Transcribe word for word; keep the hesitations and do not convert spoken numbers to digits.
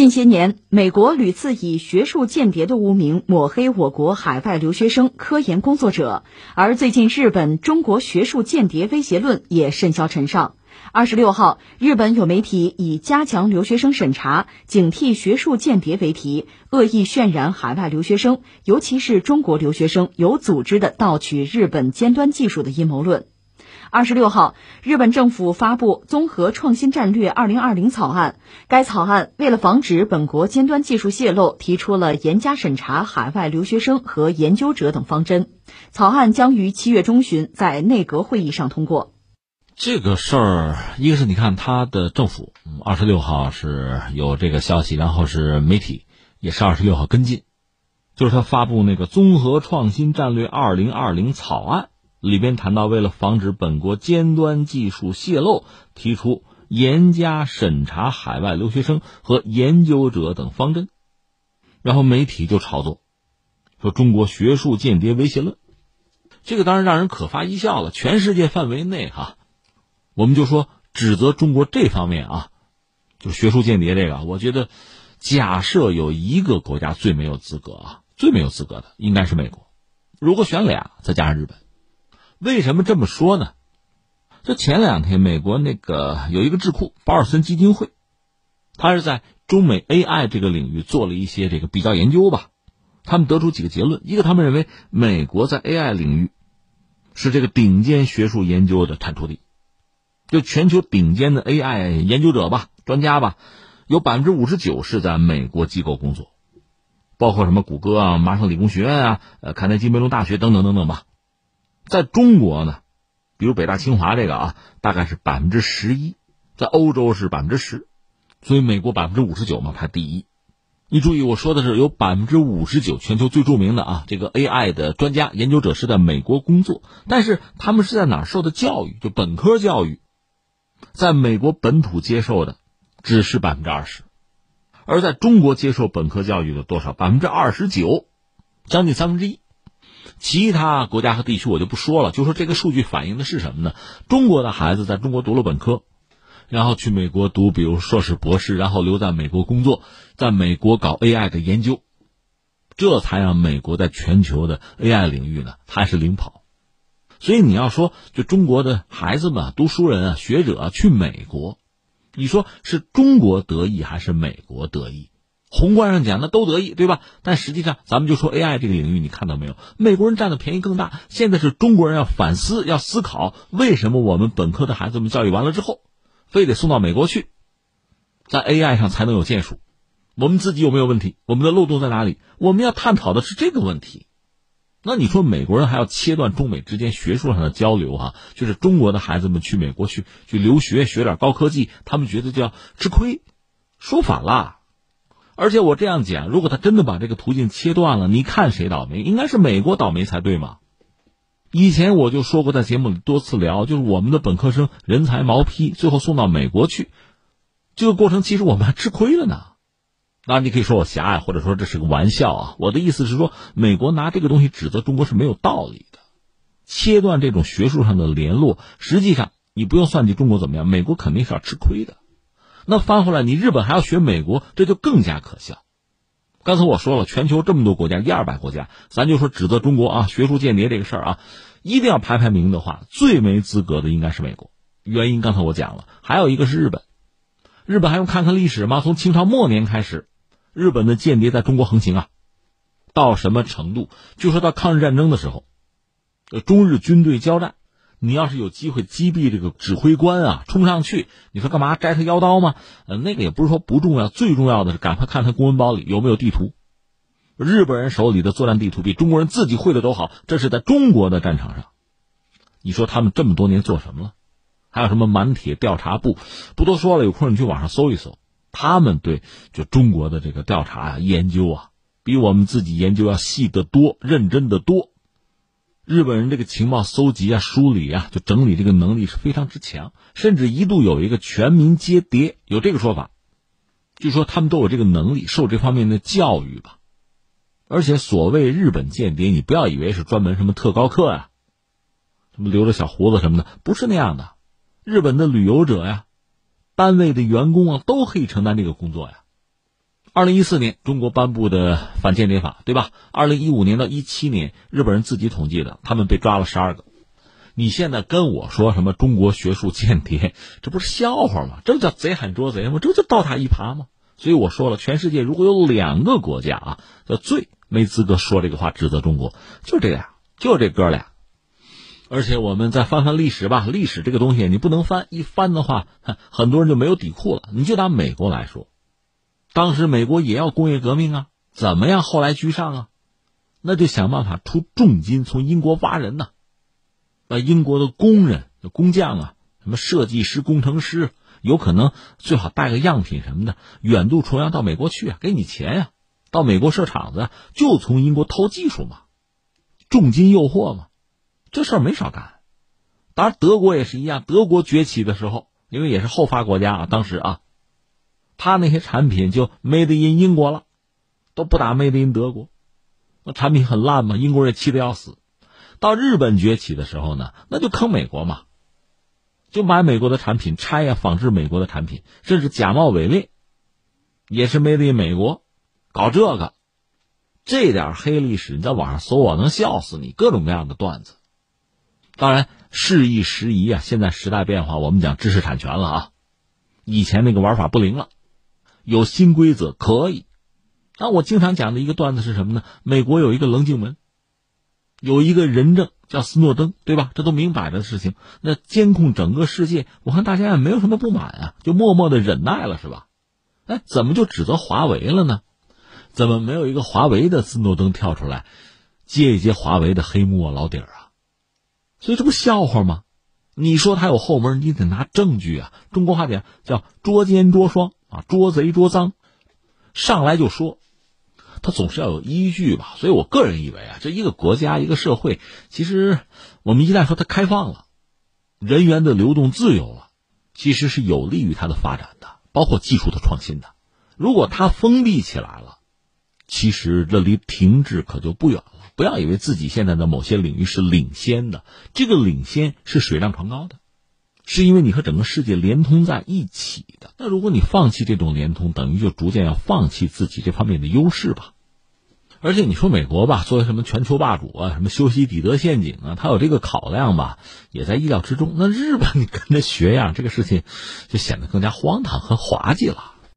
近些年，美国屡次以学术间谍的污名抹黑我国海外留学生、科研工作者，而最近日本中国学术间谍威胁论也甚嚣尘上。二十六号，日本有媒体以加强留学生审查、警惕学术间谍为题，恶意渲染海外留学生，尤其是中国留学生有组织的盗取日本尖端技术的阴谋论。二十六号，日本政府发布综合创新战略二零二零草案。该草案为了防止本国尖端技术泄露，提出了严加审查海外留学生和研究者等方针。草案将于七月中旬在内阁会议上通过。 这个事儿，一个是你看他的政府，二十六号是有这个消息，然后是媒体也是二十六号跟进，就是他发布那个综合创新战略二零二零草案。里边谈到，为了防止本国尖端技术泄露，提出严加审查海外留学生和研究者等方针。然后媒体就炒作，说中国学术间谍威胁论，这个当然让人可发一笑了。全世界范围内哈，我们就说指责中国这方面啊，就学术间谍这个，我觉得假设有一个国家最没有资格啊，最没有资格的应该是美国。如果选俩，再加上日本。为什么这么说呢？这前两天美国那个有一个智库保尔森基金会，他是在中美 A I 这个领域做了一些这个比较研究吧。他们得出几个结论，一个他们认为美国在 A I 领域是这个顶尖学术研究的产出地，就全球顶尖的 A I 研究者吧、专家吧，有 百分之五十九 是在美国机构工作，包括什么谷歌啊、麻省理工学院啊、呃卡耐基梅隆大学等等等等吧。在中国呢，比如北大清华这个啊，大概是 百分之十一， 在欧洲是 百分之十， 所以美国 百分之五十九 嘛排第一。你注意我说的是有 百分之五十九 全球最著名的啊这个 A I 的专家研究者是在美国工作，但是他们是在哪儿受的教育，就本科教育，在美国本土接受的只是 百分之二十， 而在中国接受本科教育的多少 百分之二十九， 将近三分之一。其他国家和地区我就不说了，就说这个数据反映的是什么呢？中国的孩子在中国读了本科，然后去美国读比如硕士博士，然后留在美国工作，在美国搞 A I 的研究，这才让美国在全球的 A I 领域呢还是领跑。所以你要说就中国的孩子们读书人啊学者啊去美国，你说是中国得意还是美国得意？宏观上讲那都得意，对吧？但实际上咱们就说 A I 这个领域，你看到没有，美国人占的便宜更大。现在是中国人要反思，要思考为什么我们本科的孩子们教育完了之后非得送到美国去，在 A I 上才能有建树，我们自己有没有问题，我们的漏洞在哪里，我们要探讨的是这个问题。那你说美国人还要切断中美之间学术上的交流啊，就是中国的孩子们去美国去去留学学点高科技，他们觉得叫吃亏，说反了。而且我这样讲，如果他真的把这个途径切断了，你看谁倒霉？应该是美国倒霉才对嘛。以前我就说过，在节目里多次聊，就是我们的本科生人才毛坯最后送到美国去，这个过程其实我们还吃亏了呢。当然你可以说我狭隘，或者说这是个玩笑啊。我的意思是说，美国拿这个东西指责中国是没有道理的。切断这种学术上的联络，实际上你不用算计中国怎么样，美国肯定是要吃亏的。那翻回来，你日本还要学美国，这就更加可笑。刚才我说了，全球这么多国家，一二百国家，咱就说指责中国啊，学术间谍这个事儿啊，一定要排排名的话，最没资格的应该是美国。原因刚才我讲了，还有一个是日本。日本还用看看历史吗？从清朝末年开始，日本的间谍在中国横行啊，到什么程度？就说到抗日战争的时候，中日军队交战。你要是有机会击毙这个指挥官啊，冲上去，你说干嘛摘他腰刀吗？呃，那个也不是说不重要，最重要的是赶快看他公文包里有没有地图。日本人手里的作战地图比中国人自己会的都好，这是在中国的战场上。你说他们这么多年做什么了？还有什么满铁调查部？不多说了，有空你去网上搜一搜，他们对就中国的这个调查啊、研究啊，比我们自己研究要细得多，认真得多。日本人这个情报搜集啊、梳理啊、就整理这个能力是非常之强，甚至一度有一个全民皆谍，有这个说法，据说他们都有这个能力，受这方面的教育吧。而且所谓日本间谍，你不要以为是专门什么特高课呀、啊，什么留着小胡子什么的，不是那样的。日本的旅游者呀、单位的员工啊，都可以承担这个工作呀。 二零一四年中国颁布的反间谍法，对吧？二零一五年到一七年日本人自己统计的，他们被抓了十二个。你现在跟我说什么中国学术间谍，这不是笑话吗？这不叫贼喊捉贼吗？这不就倒打一耙吗？所以我说了，全世界如果有两个国家啊，叫最没资格说这个话指责中国，就这俩，就这哥俩。而且我们再翻翻历史吧，历史这个东西你不能翻，一翻的话，很多人就没有底裤了。你就拿美国来说，当时美国也要工业革命啊，怎么样后来居上啊？那就想办法出重金从英国挖人呐、啊，把英国的工人、工匠啊，什么设计师、工程师，有可能最好带个样品什么的，远渡重洋到美国去啊，给你钱呀、啊，到美国设厂子、啊、就从英国偷技术嘛，重金诱惑嘛，这事儿没少干。当然德国也是一样，德国崛起的时候，因为也是后发国家啊，当时啊，他那些产品就 made in 英国了，都不打 made in 德国，那产品很烂嘛，英国人气得要死。到日本崛起的时候呢，那就坑美国嘛，就买美国的产品，拆呀仿制美国的产品，甚至假冒伪劣，也是 made in 美国，搞这个，这点黑历史你在网上搜，我能笑死你，各种各样的段子。当然事易时移啊，现在时代变化，我们讲知识产权了啊，以前那个玩法不灵了，有新规则可以。那我经常讲的一个段子是什么呢？美国有一个棱镜门，有一个人证叫斯诺登，对吧？这都明摆着的事情，那监控整个世界，我看大家也没有什么不满啊，就默默的忍耐了，是吧？哎，怎么就指责华为了呢？怎么没有一个华为的斯诺登跳出来揭一揭华为的黑幕啊、老底儿啊？所以这不笑话吗？你说他有后门，你得拿证据啊。中国话讲叫捉奸捉双啊，捉贼捉赃，上来就说，他总是要有依据吧。所以我个人以为啊，这一个国家一个社会，其实我们一旦说它开放了，人员的流动自由了，其实是有利于它的发展的，包括技术的创新的。如果它封闭起来了，其实这离停滞可就不远了。不要以为自己现在的某些领域是领先的，这个领先是水涨船高的，是因为你和整个世界连通在一起的。那如果你放弃这种连通，等于就逐渐要放弃自己这方面的优势吧。而且你说美国吧，作为什么全球霸主啊，什么修昔底德陷阱啊，它有这个考量吧，也在意料之中。那日本你跟着学样，这个事情就显得更加荒唐和滑稽了。